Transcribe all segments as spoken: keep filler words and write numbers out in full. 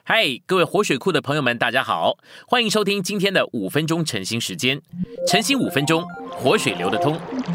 嗨，各位活水库的朋友们，大家好，欢迎收听今天的五分钟晨兴时间。晨兴五分钟，活水流得通。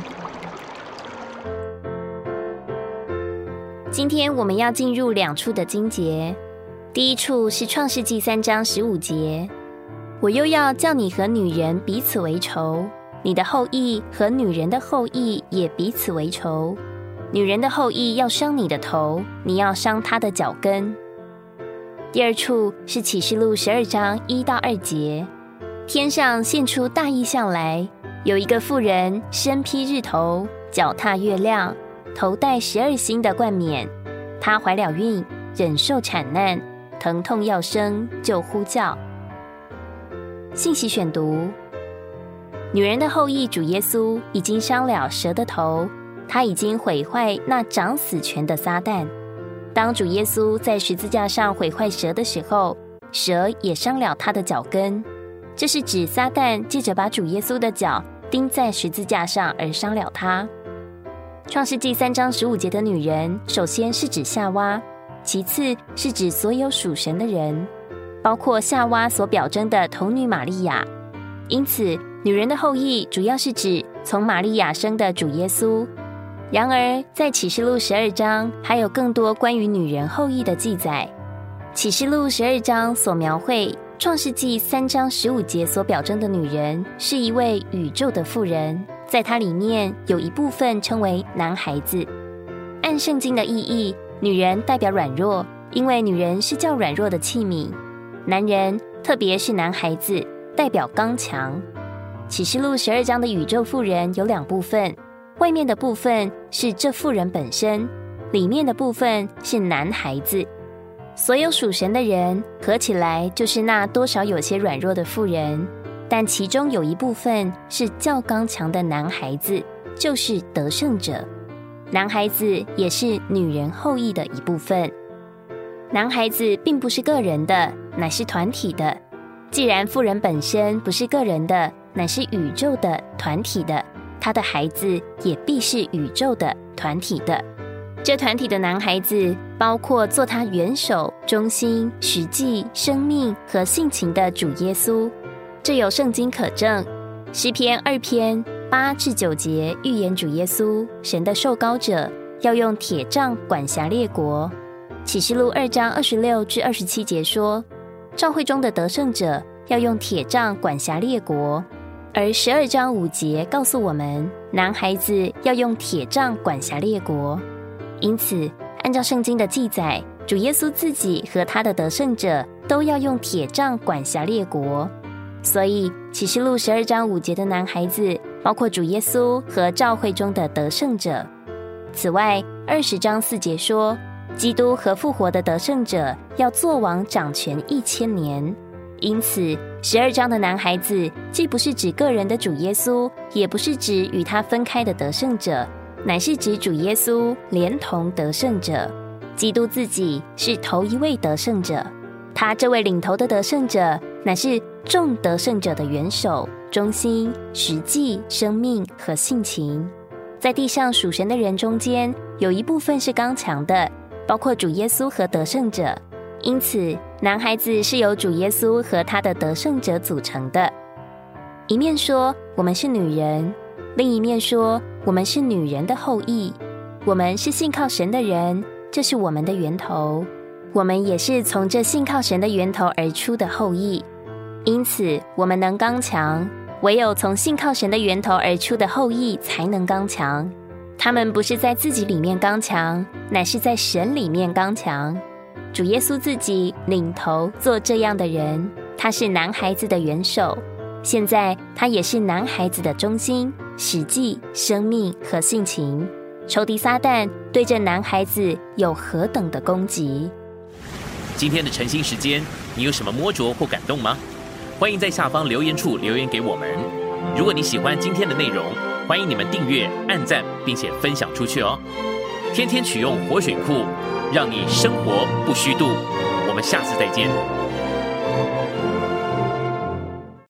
今天我们要进入两处的经节，第一处是创世纪三章十五节，我又要叫你和女人彼此为仇，你的后裔和女人的后裔也彼此为仇，女人的后裔要伤你的头，你要伤她的脚跟。第二处是启示录十二章一到二节，天上现出大异象来，有一个妇人身披日头，脚踏月亮，头戴十二星的冠冕，她怀了孕，忍受产难，疼痛要生，就呼叫。信息选读：女人的后裔主耶稣已经伤了蛇的头，他已经毁坏那掌死权的撒旦。当主耶稣在十字架上毁坏蛇的时候，蛇也伤了他的脚跟，这是指撒旦借着把主耶稣的脚钉在十字架上而伤了他。创世纪三章十五节的女人，首先是指夏娃，其次是指所有属神的人，包括夏娃所表征的童女玛利亚。因此女人的后裔主要是指从玛利亚生的主耶稣。然而在启示录十二章还有更多关于女人后裔的记载。启示录十二章所描绘，创世纪三章十五节所表征的女人是一位宇宙的妇人，在她里面有一部分称为男孩子。按圣经的意义，女人代表软弱，因为女人是较软弱的器皿；男人，特别是男孩子，代表刚强。启示录十二章的宇宙妇人有两部分，外面的部分是这妇人本身，里面的部分是男孩子。所有属神的人合起来就是那多少有些软弱的妇人，但其中有一部分是较刚强的男孩子，就是得胜者。男孩子也是女人后裔的一部分。男孩子并不是个人的，乃是团体的。既然妇人本身不是个人的，乃是宇宙的团体的，他的孩子也必是宇宙的团体的。这团体的男孩子包括做他元首、中心、实际、生命和性情的主耶稣。这有圣经可证。诗篇二篇八至九节预言主耶稣，神的受膏者，要用铁杖管辖列国。启示录二章二十六至二十七节说，召会中的得胜者要用铁杖管辖列国。而十二章五节告诉我们，男孩子要用铁杖管辖列国。因此按照圣经的记载，主耶稣自己和他的得胜者都要用铁杖管辖列国。所以启示录十二章五节的男孩子包括主耶稣和召会中的得胜者。此外二十章四节说，基督和复活的得胜者要作王掌权一千年。因此十二章的男孩子既不是指个人的主耶稣，也不是指与他分开的得胜者，乃是指主耶稣连同得胜者。基督自己是头一位得胜者，他这位领头的得胜者乃是众得胜者的元首、中心、实际、生命和性情。在地上属神的人中间，有一部分是刚强的，包括主耶稣和得胜者。因此男孩子是由主耶稣和他的得胜者组成的。一面说我们是女人，另一面说我们是女人的后裔。我们是信靠神的人，这是我们的源头，我们也是从这信靠神的源头而出的后裔。因此我们能刚强，唯有从信靠神的源头而出的后裔才能刚强。他们不是在自己里面刚强，乃是在神里面刚强。主耶稣自己领头做这样的人，他是男孩子的元首，现在他也是男孩子的中心、实际、生命和性情。仇敌撒旦对这男孩子有何等的攻击。 今天的晨兴时间，你有什么摸着或感动吗？欢迎在下方留言处留言给我们。如果你喜欢今天的内容，欢迎你们订阅、按赞并且分享出去哦。天天取用活水库，让你生活不虚度。我们下次再见。